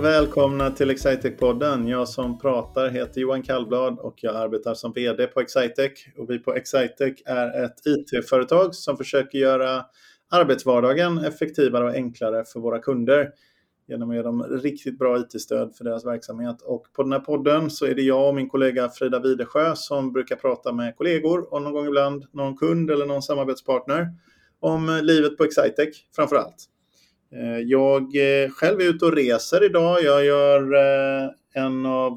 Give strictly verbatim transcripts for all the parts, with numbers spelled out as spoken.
och välkomna till Excitec-podden. Jag som pratar heter Johan Kallblad och jag arbetar som vd på Excitec. Och vi på Excitec är ett I T-företag som försöker göra arbetsvardagen effektivare och enklare för våra kunder genom att ge dem riktigt bra I T-stöd för deras verksamhet. Och på den här podden så är det jag och min kollega Frida Widesjö som brukar prata med kollegor och någon gång ibland någon kund eller någon samarbetspartner om livet på Excitec framför allt. Jag själv är ute och reser idag. Jag gör en av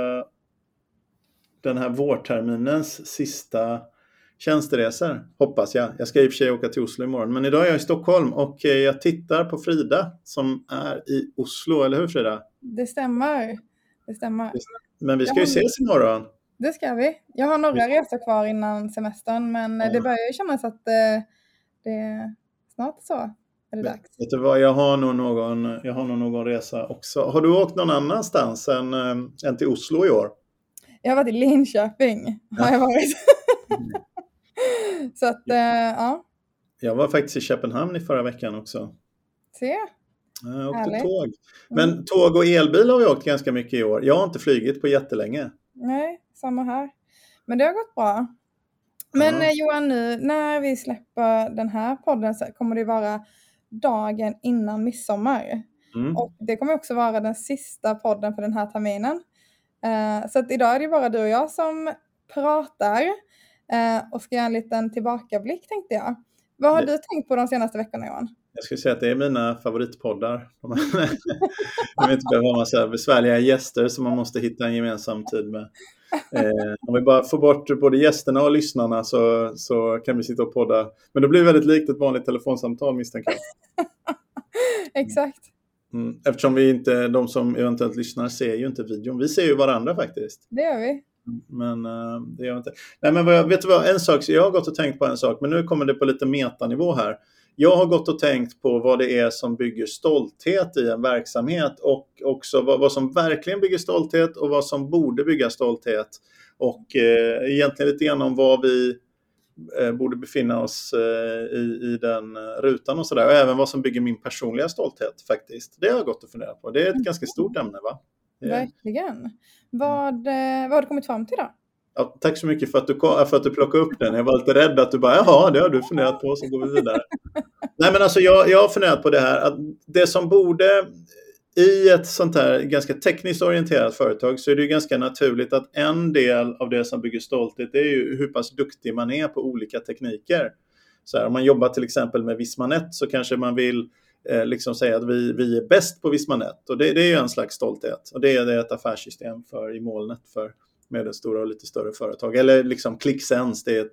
den här vårterminens sista tjänsteresor, hoppas jag. Jag ska i och för sig åka till Oslo imorgon. Men idag är jag i Stockholm och jag tittar på Frida som är i Oslo. Eller hur, Frida? Det stämmer. Det stämmer. Men vi ska ju har... ses imorgon. Det ska vi. Jag har några resor kvar innan semestern. Men ja. Det börjar ju kännas att det, det är snart så. Är det dags? Vet du vad, jag har nog någon, jag har nog någon resa också. Har du åkt någon annanstans än, än till Oslo i år? Jag har varit i Linköping. Ja. Har jag varit. Så att, ja. ja. Jag var faktiskt i Köpenhamn i förra veckan också. Se. Jag åkte Härligt. tåg. Men mm. tåg och elbil har vi åkt ganska mycket i år. Jag har inte flygit på jättelänge. Nej, samma här. Men det har gått bra. Men ja. Johan, nu när vi släpper den här podden så kommer det vara dagen innan midsommar. Mm. Och det kommer också vara den sista podden för den här terminen. Uh, så att idag är det bara du och jag som pratar. Uh, och ska göra en liten tillbakablick, tänkte jag. Vad har det... du tänkt på de senaste veckorna, Johan? Jag skulle säga att det är mina favoritpoddar. Jag vet inte behöva ha massa besvärliga gäster som man måste hitta en gemensam tid med. Eh, om vi bara får bort både gästerna och lyssnarna så, så kan vi sitta och podda. Men det blir väldigt likt ett vanligt telefonsamtal, misstänker jag. Exakt. Mm, eftersom vi inte, de som eventuellt lyssnar ser ju inte videon. Vi ser ju varandra faktiskt. Det gör vi. Men uh, det gör vi inte. Nej, men vad jag, vet du vad, en sak, jag har gått och tänkt på en sak, men nu kommer det på lite metanivå här. Jag har gått och tänkt på vad det är som bygger stolthet i en verksamhet och också vad, vad som verkligen bygger stolthet och vad som borde bygga stolthet. Och eh, egentligen lite grann om vad vi eh, borde befinna oss eh, i, i den rutan och sådär. Och även vad som bygger min personliga stolthet faktiskt. Det har jag gått och funderat på. Det är ett ganska stort ämne, va? Verkligen. Vad, vad har du kommit fram till då? Ja, tack så mycket för att, du, för att du plockade upp den. Jag var lite rädd att du bara, jaha, det har du funderat på, så går vi vidare. Nej, men alltså jag, jag har funderat på det här. Att det som borde, i ett sånt här ganska tekniskt orienterat företag, så är det ju ganska naturligt att en del av det som bygger stolthet är ju hur pass duktig man är på olika tekniker. Så här, om man jobbar till exempel med Vismanet så kanske man vill eh, liksom säga att vi, vi är bäst på Vismanet. Och det, det är ju en slags stolthet. Och det är det ett affärssystem för i molnet för medelstora och lite större företag. Eller liksom ClickSense, det är ett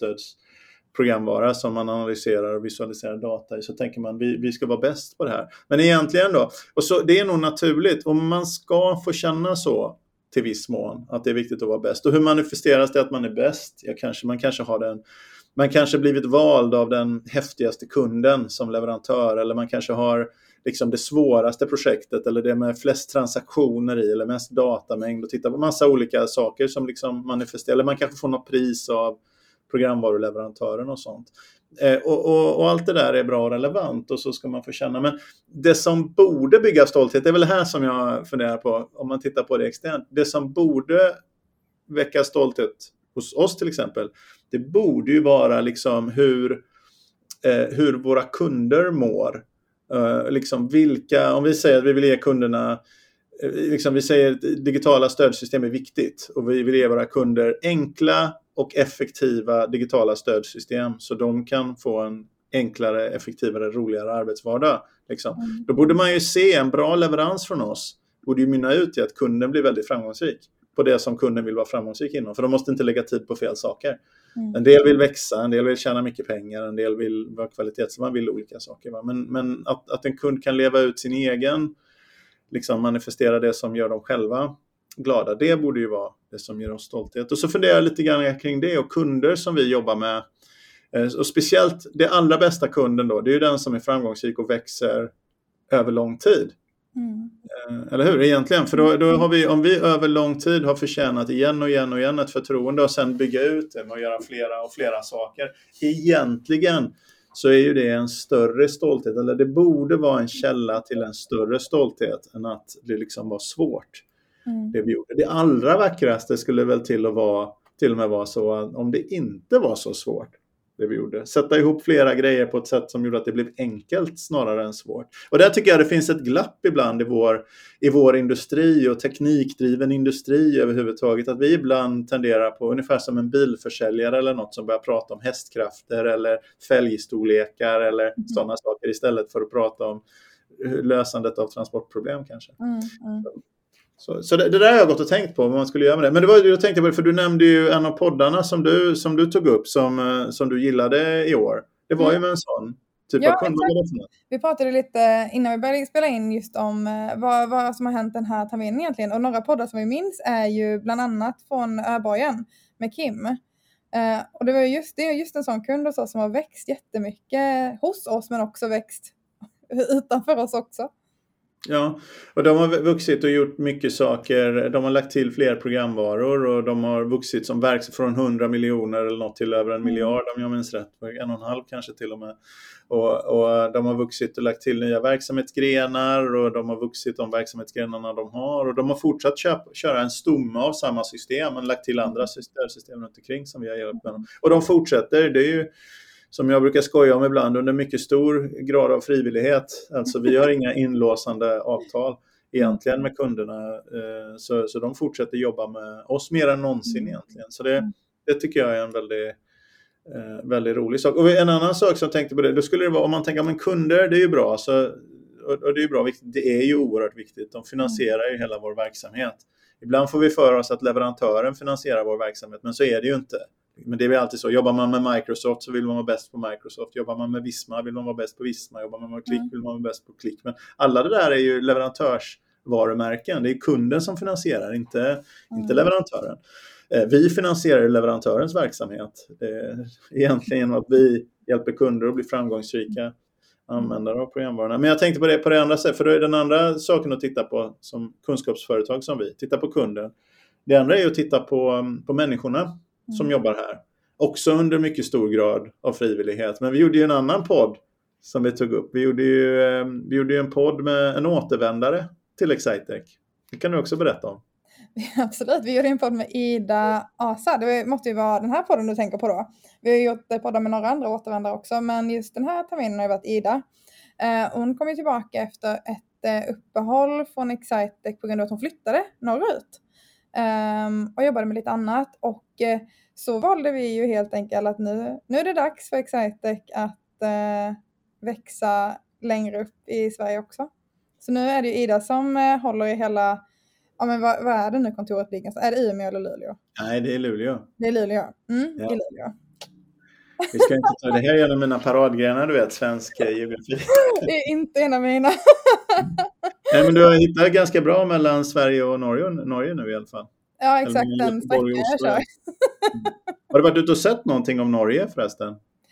beslutsstödsprogramvara som man analyserar och visualiserar data i. Så tänker man, vi, vi ska vara bäst på det här. Men egentligen då, och så, det är nog naturligt. Och man ska få känna så till viss mån, att det är viktigt att vara bäst. Och hur manifesteras det att man är bäst? Ja, kanske, man kanske har den... Man kanske blivit vald av den häftigaste kunden som leverantör, eller man kanske har liksom det svåraste projektet eller det med flest transaktioner i eller mest datamängd och titta på massa olika saker som liksom manifesterar, eller man kanske får något pris av programvaruleverantören och sånt. Eh, och, och, och allt det där är bra och relevant och så ska man få känna. Men det som borde bygga stolthet, det är väl här som jag funderar på om man tittar på det externt. Det som borde väcka stolthet hos oss till exempel, det borde ju vara liksom hur, eh, hur våra kunder mår. Uh, liksom vilka, om vi säger att vi vill ge kunderna, uh, liksom vi säger att digitala stödsystem är viktigt och vi vill ge våra kunder enkla och effektiva digitala stödsystem så de kan få en enklare, effektivare, roligare arbetsvardag. Liksom. Mm. Då borde man ju se en bra leverans från oss, borde ju mynna ut i att kunden blir väldigt framgångsrik på det som kunden vill vara framgångsrik inom, för de måste inte lägga tid på fel saker. Mm. En del vill växa, en del vill tjäna mycket pengar, en del vill vara kvalitets, man vill olika saker. Va? Men, men att, att en kund kan leva ut sin egen, liksom manifestera det som gör dem själva glada, det borde ju vara det som ger oss stolthet. Och så funderar jag lite grann kring det och kunder som vi jobbar med. Och speciellt det allra bästa kunden då, det är ju den som är framgångsrik och växer över lång tid. Mm. Eller hur egentligen? För då, då har vi, om vi över lång tid har förtjänat igen och igen och igen ett förtroende och sen bygga ut det och göra flera och flera saker. Egentligen så är ju det en större stolthet, eller det borde vara en källa till en större stolthet än att det liksom var svårt. Mm. Det vi gjorde. Det allra vackraste skulle väl till att vara, till och med vara så om det inte var så svårt. Det vi gjorde. Sätta ihop flera grejer på ett sätt som gjorde att det blev enkelt snarare än svårt. Och där tycker jag det finns ett glapp ibland i vår, i vår industri och teknikdriven industri överhuvudtaget. Att vi ibland tenderar på, ungefär som en bilförsäljare eller något, som börjar prata om hästkrafter eller fälgstorlekar eller mm. sådana saker istället för att prata om lösandet av transportproblem kanske. Mm, mm. Så, så det, det där har jag gått och tänkt på vad man skulle göra med det. Men det var ju, jag tänkte på det, för du nämnde ju en av poddarna som du, som du tog upp som, som du gillade i år. Det var mm. ju med en sån typ ja, av kund. Vi pratade lite innan vi började spela in just om vad, vad som har hänt den här terminen egentligen. Och några poddar som vi minns är ju bland annat från Öborgen med Kim. Uh, och det var just, det är just en sån kund hos oss som har växt jättemycket hos oss, men också växt utanför oss också. Ja, och de har vuxit och gjort mycket saker. De har lagt till fler programvaror och de har vuxit som verk från hundra miljoner eller något till över en mm. miljard om jag minns rätt. En och en halv kanske till och med. Och, och de har vuxit och lagt till nya verksamhetsgrenar och de har vuxit de verksamhetsgrenarna de har. Och de har fortsatt köpa, köra en stomme av samma system men lagt till andra system, system runt omkring som vi har hjälpt med dem. Och de fortsätter, det är ju som jag brukar skoja om ibland, under mycket stor grad av frivillighet. Alltså vi har inga inlåsande avtal egentligen med kunderna. Så, så de fortsätter jobba med oss mer än någonsin egentligen. Så det, det tycker jag är en väldigt, väldigt rolig sak. Och en annan sak som jag tänkte på det, då skulle det vara, om man tänker om en kunder, det är ju bra. Så, och det är ju bra, det är ju oerhört viktigt. De finansierar ju hela vår verksamhet. Ibland får vi för oss att leverantören finansierar vår verksamhet, men så är det ju inte. Men det är väl alltid så. Jobbar man med Microsoft så vill man vara bäst på Microsoft. Jobbar man med Visma vill man vara bäst på Visma. Jobbar man med Klick vill man vara bäst på Klick. Men alla det där är ju leverantörsvarumärken. Det är kunden som finansierar, inte, mm. inte leverantören. Vi finansierar leverantörens verksamhet. Egentligen genom att vi hjälper kunder att bli framgångsrika användare av programvarorna. Men jag tänkte på det på det andra sättet. För då är den andra saken att titta på som kunskapsföretag som vi. Titta på kunden. Det andra är att titta på, på människorna som mm. jobbar här. Också under mycket stor grad av frivillighet. Men vi gjorde ju en annan podd som vi tog upp. Vi gjorde ju, vi gjorde ju en podd med en återvändare till Excitec. Det kan du också berätta om. Absolut, vi gjorde en podd med Ida Asa. Det måste ju vara den här podden du tänker på då. Vi har gjort poddar med några andra återvändare också. Men just den här terminen har ju varit Ida. Hon kom ju tillbaka efter ett uppehåll från Excitec på grund av att hon flyttade norrut. Um, och jobbade med lite annat och uh, så valde vi ju helt enkelt att nu, nu är det dags för Excitec att uh, växa längre upp i Sverige också. Så nu är det ju Ida som uh, håller i hela, ja men vad, vad är det nu kontoret ligger? Är det Umeå eller Luleå? Nej, det är Luleå. Det är Luleå, mm, ja. i Luleå. Vi ska inte ta det här genom mina paradgrenar, du vet, svensk geografi. Det är inte en av mina. Nej, men du har hittat ganska bra mellan Sverige och Norge, Norge nu i alla fall. Ja, exakt. Den sträckan jag kör. Har du varit ute och sett någonting om Norge förresten?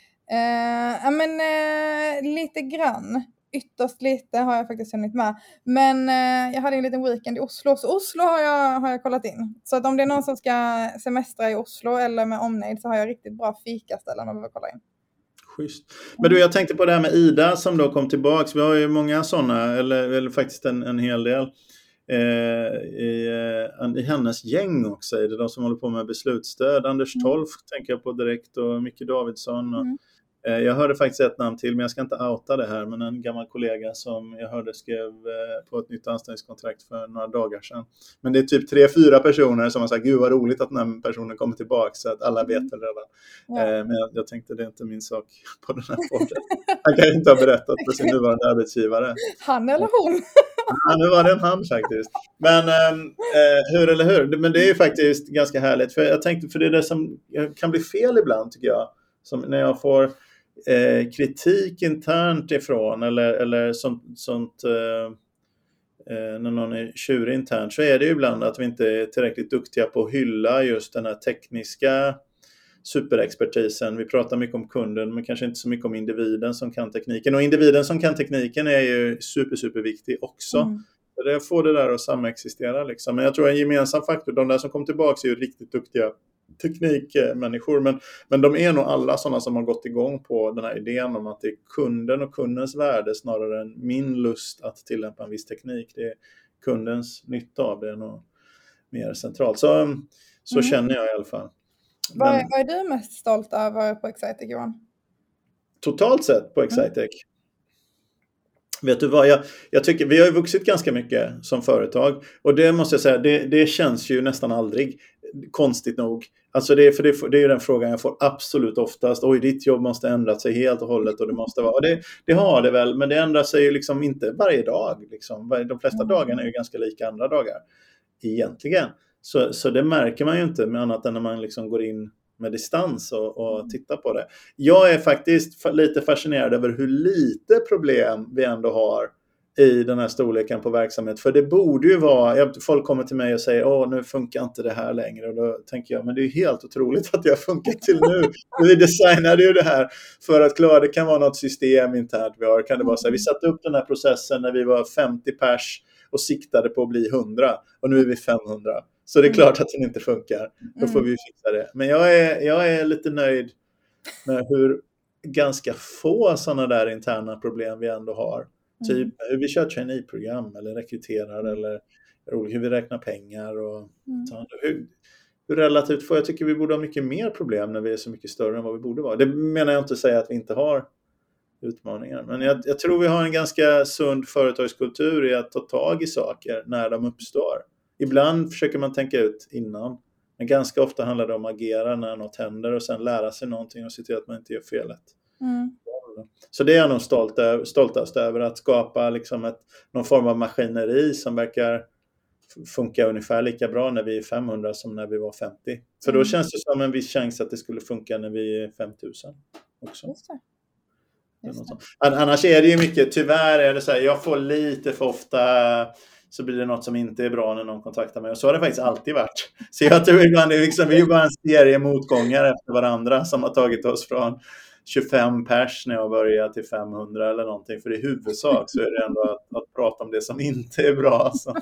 Uh, ja, men uh, lite grann. Ytterst lite har jag faktiskt hunnit med. Men uh, jag hade en liten weekend i Oslo. Så Oslo har jag, har jag kollat in. Så att om det är någon som ska semestra i Oslo eller med omnejd så har jag riktigt bra fikaställen man behöver kolla in. Schysst. Men du, jag tänkte på det här med Ida som då kom tillbaka. Vi har ju många sådana, eller, eller faktiskt en, en hel del eh, i, eh, i hennes gäng också. Det är de som håller på med beslutsstöd. Anders mm. Tolf tänker jag på direkt och Micke Davidsson och mm. Jag hörde faktiskt ett namn till, men jag ska inte outa det här. Men en gammal kollega som jag hörde skrev på ett nytt anställningskontrakt för några dagar sedan. Men det är typ tre, fyra personer som har sagt, gud vad roligt att den här personen kommer tillbaka. Så att alla vet det redan. Ja. Men jag, jag tänkte, det är inte min sak på den här podden. Han kan inte ha berättat för sin nuvarande arbetsgivare. Han eller hon? Ja, nu var det en han faktiskt. Men eh, hur eller hur? Men det är ju faktiskt ganska härligt. För jag tänkte, för det är det som kan bli fel ibland tycker jag. Som när jag får Eh, kritik internt ifrån eller, eller sånt, sånt eh, eh, när någon är tjurig internt, så är det ju ibland att vi inte är tillräckligt duktiga på att hylla just den här tekniska superexpertisen. Vi pratar mycket om kunden men kanske inte så mycket om individen som kan tekniken, och individen som kan tekniken är ju super super viktig också. Mm. Det får det där att samexistera liksom. Men jag tror en gemensam faktor, de där som kom tillbaka är ju riktigt duktiga teknikmänniskor, men, men de är nog alla sådana som har gått igång på den här idén om att det är kunden och kundens värde snarare än min lust att tillämpa en viss teknik. Det är kundens nytta av det är nog mer centralt. Så, så mm. känner jag i alla fall. Men, vad, är, vad är du mest stolt över på Excitec, Johan? Totalt sett på Excitec? Mm. Vet du vad, jag, jag tycker vi har ju vuxit ganska mycket som företag, och det måste jag säga, det, det känns ju nästan aldrig konstigt nog. Alltså det, för det, det är ju den frågan jag får absolut oftast. Oj, ditt jobb måste ändra sig helt och hållet och det måste vara. Och det, det har det väl, men det ändrar sig ju liksom inte varje dag. Liksom. De flesta dagarna är ju ganska lika andra dagar egentligen. Så, så det märker man ju inte med annat än när man liksom går in med distans och, och tittar på det. Jag är faktiskt lite fascinerad över hur lite problem vi ändå har i den här storleken på verksamhet. För det borde ju vara, folk kommer till mig och säger åh, nu funkar inte det här längre. Och då tänker jag, men det är ju helt otroligt att det har funkat till nu. Vi designade ju det här för att klara, det kan vara något system internt vi har. Kan det vara så här, vi satte upp den här processen när vi var femtio pers och siktade på att bli hundra. Och nu är vi femhundra. Så det är klart att den inte funkar. Då får vi fixa det. Men jag är, jag är lite nöjd med hur ganska få sådana där interna problem vi ändå har. Typ hur vi kör trainee-program eller rekryterar eller hur vi räknar pengar. Och mm. hur, hur relativt få. Jag tycker vi borde ha mycket mer problem när vi är så mycket större än vad vi borde vara. Det menar jag inte att säga att vi inte har utmaningar. Men jag, jag tror vi har en ganska sund företagskultur i att ta tag i saker när de uppstår. Ibland försöker man tänka ut innan. Men ganska ofta handlar det om att agera när något händer och sen lära sig någonting och se till att man inte gör felet. Mm. Så det är jag nog stolt över, stoltast över, att skapa liksom ett, någon form av maskineri som verkar funka ungefär lika bra när vi är femhundra som när vi var femtio. För då mm. känns det som en viss chans att det skulle funka när vi är femtusen också. Just det. Just det. Annars är det ju mycket, tyvärr är det så här, jag får lite för ofta så blir det något som inte är bra när någon kontaktar mig. Och så har det faktiskt alltid varit. Så jag tror ibland det är liksom, vi är bara en serie motgångar efter varandra som har tagit oss från tjugofem pers när jag började till femhundra eller någonting. För i huvudsak så är det ändå att, att prata om det som inte är bra. Så.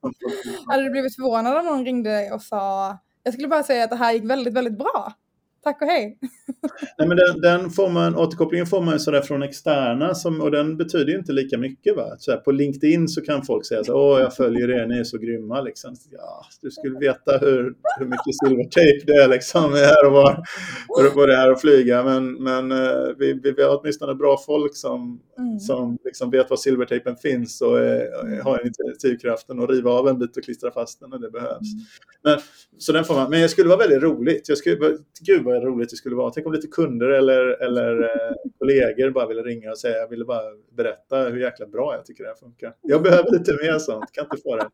Hade du blivit förvånad om någon ringde dig och sa, jag skulle bara säga att det här gick väldigt, väldigt bra. Tack och hej. Nej, men den, den får man, återkopplingen får man ju sådär från externa som, och den betyder ju inte lika mycket, va? Så här, på LinkedIn så kan folk säga så, åh jag följer er, ni är så grymma liksom. Ja, du skulle veta hur, hur mycket silvertejp det är liksom här och var, var det är att flyga, men, men vi, vi, vi har åtminstone bra folk som, mm. som liksom vet var silvertejpen finns och är, har initiativkraften att riva av en bit och klistra fast den när det behövs. Mm. Men, så den får man, men det skulle vara väldigt roligt. Jag skulle, gud vad roligt det skulle vara. Tänk om lite kunder eller, eller eh, kollegor bara ville ringa och säga, jag ville bara berätta hur jäkla bra jag tycker det här funkar. Jag behöver lite mer sånt, kan inte få det.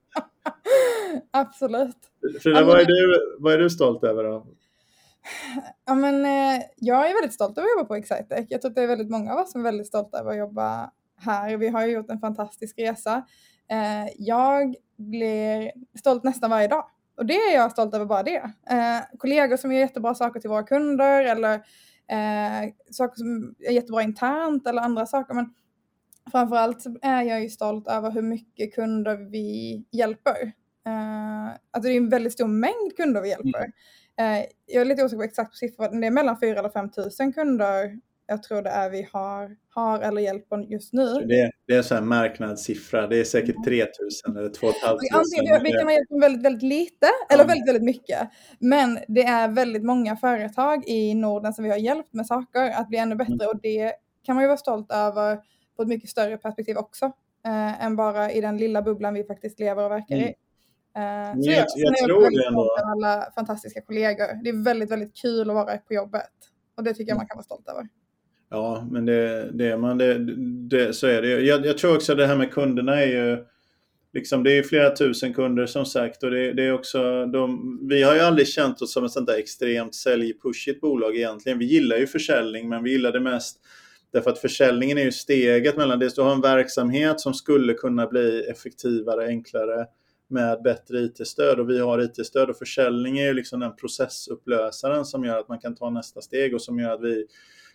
Absolut. Frida, vad är du, vad är du stolt över då? Ja, men, eh, jag är väldigt stolt över att jobba på Excitec. Jag tror att det är väldigt många av oss som är väldigt stolta över att jobba här. Vi har ju gjort en fantastisk resa. Eh, jag blir stolt nästan varje dag. Och det är jag stolt över bara det. Eh, kollegor som gör jättebra saker till våra kunder eller eh, saker som är jättebra internt eller andra saker. Men framförallt så är jag ju stolt över hur mycket kunder vi hjälper. Eh, alltså det är en väldigt stor mängd kunder vi hjälper. Eh, jag är lite osäker på exakt siffror. Det är mellan fyra eller fem tusen kunder jag tror det är vi har, har eller hjälper just nu. Det är, det är en sån här marknadssiffra. Det är säkert tre tusen eller två tusen fem hundra. Vi kan ha hjälpt väldigt, väldigt lite eller ja. väldigt, väldigt mycket. Men det är väldigt många företag i Norden som vi har hjälpt med saker att bli ännu bättre. Mm. Och det kan man ju vara stolt över på ett mycket större perspektiv också. Eh, än bara i den lilla bubblan vi faktiskt lever och verkar i. Mm. Eh, så jag, jag, jag, jag tror det ändå. Alla fantastiska kollegor. Det är väldigt, väldigt kul att vara på jobbet. Och det tycker jag man kan vara stolt över. Ja, men det, det, man, det, det, så är det. Jag, jag tror också att det här med kunderna är ju liksom, det är flera tusen kunder som sagt, och det, det är också de, vi har ju aldrig känt oss som ett sånt där extremt säljpushigt bolag egentligen. Vi gillar ju försäljning, men vi gillar det mest därför att försäljningen är ju steget mellan det. Du har en verksamhet som skulle kunna bli effektivare, enklare med bättre I T-stöd, och vi har I T-stöd, och försäljning är ju liksom den processupplösaren som gör att man kan ta nästa steg och som gör att vi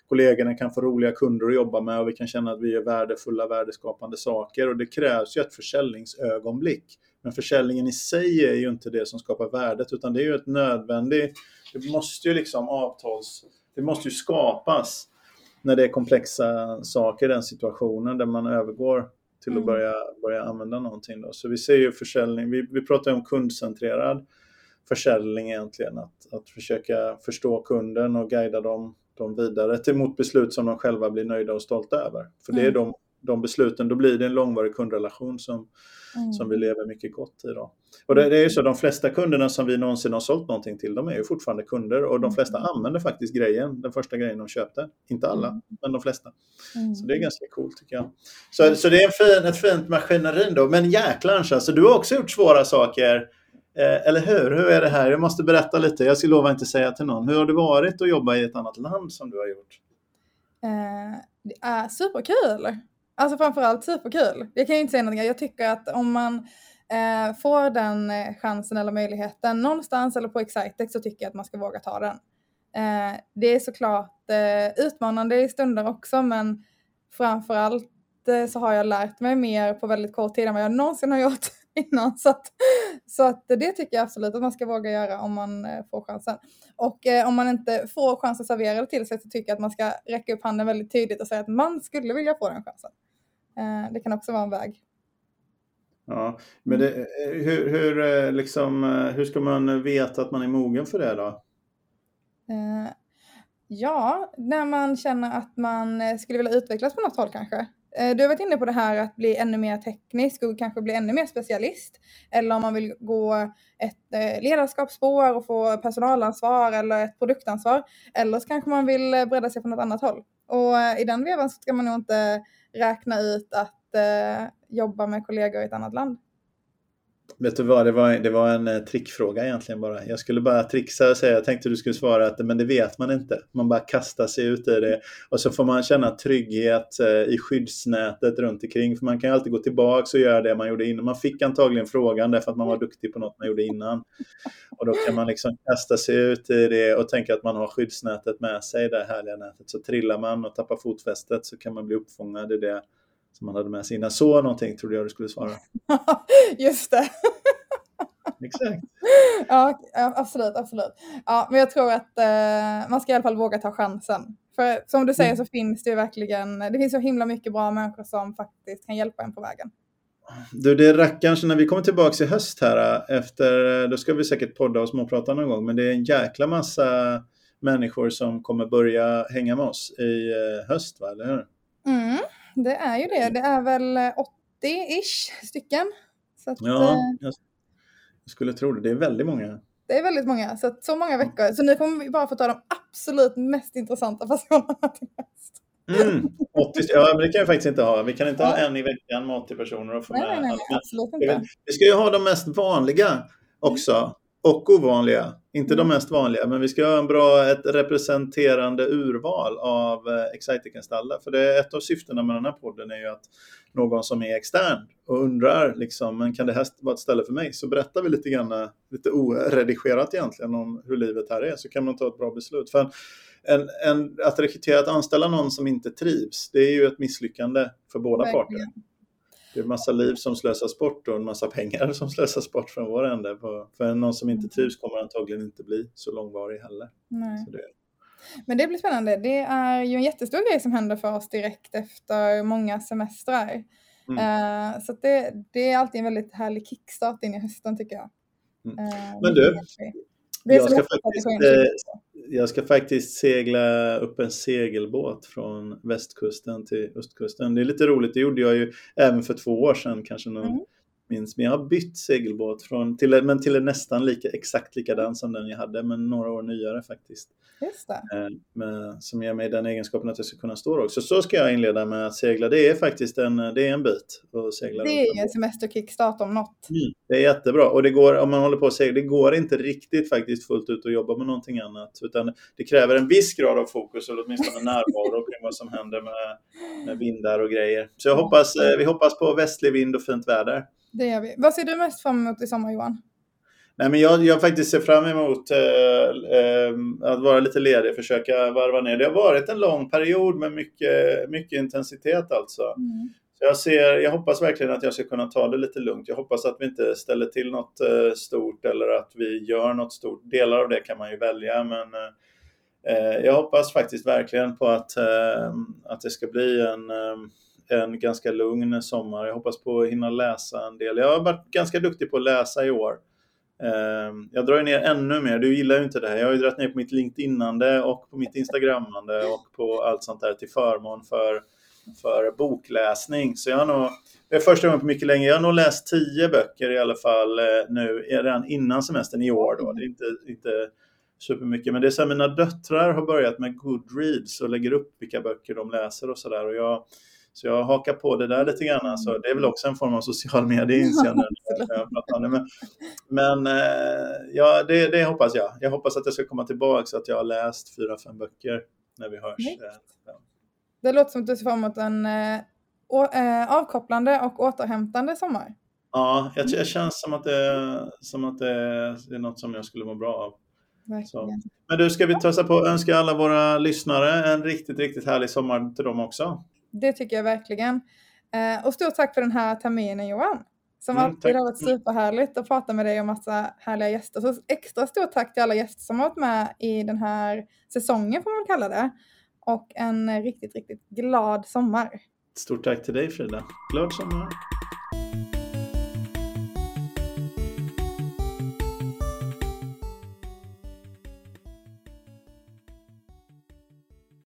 kollegorna kan få roliga kunder att jobba med och vi kan känna att vi gör värdefulla, värdeskapande saker. Och det krävs ju ett försäljningsögonblick. Men försäljningen i sig är ju inte det som skapar värdet, utan det är ju ett nödvändigt, det måste ju liksom avtals, det måste ju skapas när det är komplexa saker i den situationen där man övergår till att börja, börja använda någonting då. Så vi ser ju försäljning, vi, vi pratar om kundcentrerad försäljning egentligen, att, att försöka förstå kunden och guida dem, dem vidare till mot beslut som de själva blir nöjda och stolta över. För det är de, de besluten, då blir det en långvarig kundrelation som, mm. som vi lever mycket gott i då. Och det, det är ju så, de flesta kunderna som vi någonsin har sålt någonting till, de är ju fortfarande kunder och de flesta använder faktiskt grejen, den första grejen de köpte. Inte alla, mm. men de flesta. Mm. Så det är ganska coolt tycker jag. Så, så det är en fin, ett fint maskineri då, men jäklar alltså, du har också gjort svåra saker. Eh, eller hur? Hur är det här? Jag måste berätta lite. Jag ska lova inte säga till någon. Hur har det varit att jobba i ett annat land som du har gjort? Eh, det är superkul. Alltså framförallt superkul. Jag kan ju inte säga någonting. Jag tycker att om man eh, får den chansen eller möjligheten någonstans eller på Excitec så tycker jag att man ska våga ta den. Eh, det är såklart eh, utmanande i stunder också, men framförallt eh, så har jag lärt mig mer på väldigt kort tid än vad jag någonsin har gjort innan. Så att, så att det tycker jag absolut att man ska våga göra om man eh, får chansen. Och eh, om man inte får chansen serverad till sig så tycker jag att man ska räcka upp handen väldigt tydligt och säga att man skulle vilja få den chansen. Eh, det kan också vara en väg. Ja, men det, hur, hur, liksom, hur ska man veta att man är mogen för det då? Eh, ja, när man känner att man skulle vilja utvecklas på något håll kanske. Du har varit inne på det här att bli ännu mer teknisk och kanske bli ännu mer specialist. Eller om man vill gå ett ledarskapsspår och få personalansvar eller ett produktansvar. Eller så kanske man vill bredda sig på något annat håll. Och i den vevan ska man nog inte räkna ut att eh, jobba med kollegor i ett annat land. Vet du vad, det var, det var en eh, trickfråga egentligen bara. Jag skulle bara trixa och säga, jag tänkte du skulle svara att men det vet man inte. Man bara kastar sig ut i det. Och så får man känna trygghet eh, i skyddsnätet runt omkring. För man kan ju alltid gå tillbaka och göra det man gjorde innan. Man fick antagligen frågan därför att man var duktig på något man gjorde innan. Och då kan man liksom kasta sig ut i det och tänka att man har skyddsnätet med sig, det härliga nätet. Så trillar man och tappar fotfästet så kan man bli uppfångad i det som man hade med sig innan. Så någonting trodde jag du skulle svara. Just det. Exakt. Ja, absolut, absolut. Ja, men jag tror att eh, man ska i alla fall våga ta chansen. För som du säger så finns det ju verkligen, det finns så himla mycket bra människor som faktiskt kan hjälpa en på vägen. Du, det är rackarns när vi kommer tillbaka i höst här efter, då ska vi säkert podda och småprata någon gång, men det är en jäkla massa människor som kommer börja hänga med oss i höst, va, eller hur? Mm. Det är ju det. Det är väl åttio-ish stycken. Så att, ja, jag skulle tro det. Det är väldigt många. Det är väldigt många. Så, att, så många veckor. Så nu kommer vi bara få ta de absolut mest intressanta personerna till näst. Mm, åttio, ja, men det kan vi faktiskt inte ha. Vi kan inte ha en i veckan med åttio personer. Och få nej, med nej, nej, absolut inte. Vi ska ju ha de mest vanliga också. Och ovanliga. Inte mm. de mest vanliga, men vi ska ha en bra, ett representerande urval av eh, Excitec-anställda. För det är ett av syftena med den här podden är ju att någon som är extern och undrar liksom, men kan det här vara ett ställe för mig? Så berättar vi lite grann, lite oredigerat egentligen om hur livet här är. Så kan man ta ett bra beslut. För en, en, att rekrytera, att anställa någon som inte trivs, det är ju ett misslyckande för båda verkligen. Parter. Det är en massa liv som slösas bort och en massa pengar som slösas bort från vår ände. För någon som inte trivs kommer antagligen inte bli så långvarig heller. Nej. Så det... Men det blir spännande. Det är ju en jättestor grej som händer för oss direkt efter många semestrar. Mm. Uh, så det, det är alltid en väldigt härlig kickstart in i hösten tycker jag. Mm. Uh, Men du, det är jag, ska faktiskt, eh, jag ska faktiskt segla upp en segelbåt från västkusten till östkusten. Det är lite roligt, det gjorde jag ju även för två år sedan kanske någon mm. minns. Men jag har bytt segelbåt från, till, men till en nästan lika, exakt likadan som den jag hade, men några år nyare faktiskt. Just det. Eh, med, som ger mig den egenskapen att jag ska kunna stå där också. Så ska jag inleda med att segla. Det är faktiskt en, det är en bit att segla. Det är en semesterkickstart om något. Mm, det är jättebra. Och det går, om man håller på att segla, det går inte riktigt faktiskt fullt ut att jobba med någonting annat. Utan det kräver en viss grad av fokus eller åtminstone närvaro kring vad som händer med, med vindar och grejer. Så jag hoppas, eh, vi hoppas på västlig vind och fint väder. Det gör vi. Vad ser du mest fram emot i sommar, Johan? Nej, men jag, jag faktiskt ser fram emot eh, eh, att vara lite ledig, försöka varva ner. Det har varit en lång period med mycket, mycket intensitet alltså. Mm. Så jag, ser, jag hoppas verkligen att jag ska kunna ta det lite lugnt. Jag hoppas att vi inte ställer till något eh, stort eller att vi gör något stort. Delar av det kan man ju välja, men eh, jag hoppas faktiskt verkligen på att, eh, att det ska bli en... Eh, en ganska lugn sommar. Jag hoppas på att hinna läsa en del. Jag har varit ganska duktig på att läsa i år. Jag drar ner ännu mer. Du gillar ju inte det här. Jag har ju dragit ner på mitt LinkedInande och på mitt Instagramande och på allt sånt där till förmån för, för bokläsning. Så jag har nog, det är första gången på mycket länge, jag har nog läst tio böcker i alla fall nu, redan innan semestern i år då. Det är inte, inte supermycket, men det är så här, mina döttrar har börjat med Goodreads och lägger upp vilka böcker de läser och sådär, och jag Så jag hakar på det där lite grann. Så det är väl också en form av social media. men men ja, det, det hoppas jag. Jag hoppas att det ska komma tillbaka så att jag har läst fyra, fem böcker när vi hörs. Ja. Det låter som att du ser fram emot en äh, avkopplande och återhämtande sommar. Ja, jag, jag känns som att, det, som att det, det är något som jag skulle må bra av. Så. Men du, ska vi testa på att önska alla våra lyssnare en riktigt, riktigt härlig sommar till dem också. Det tycker jag verkligen. Eh, och stort tack för den här terminen, Johan. Som mm, alltid har varit superhärligt att prata med dig och massa härliga gäster. Så extra stort tack till alla gäster som har varit med i den här säsongen, får man kalla det. Och en riktigt, riktigt glad sommar. Stort tack till dig, Frida. Glad sommar.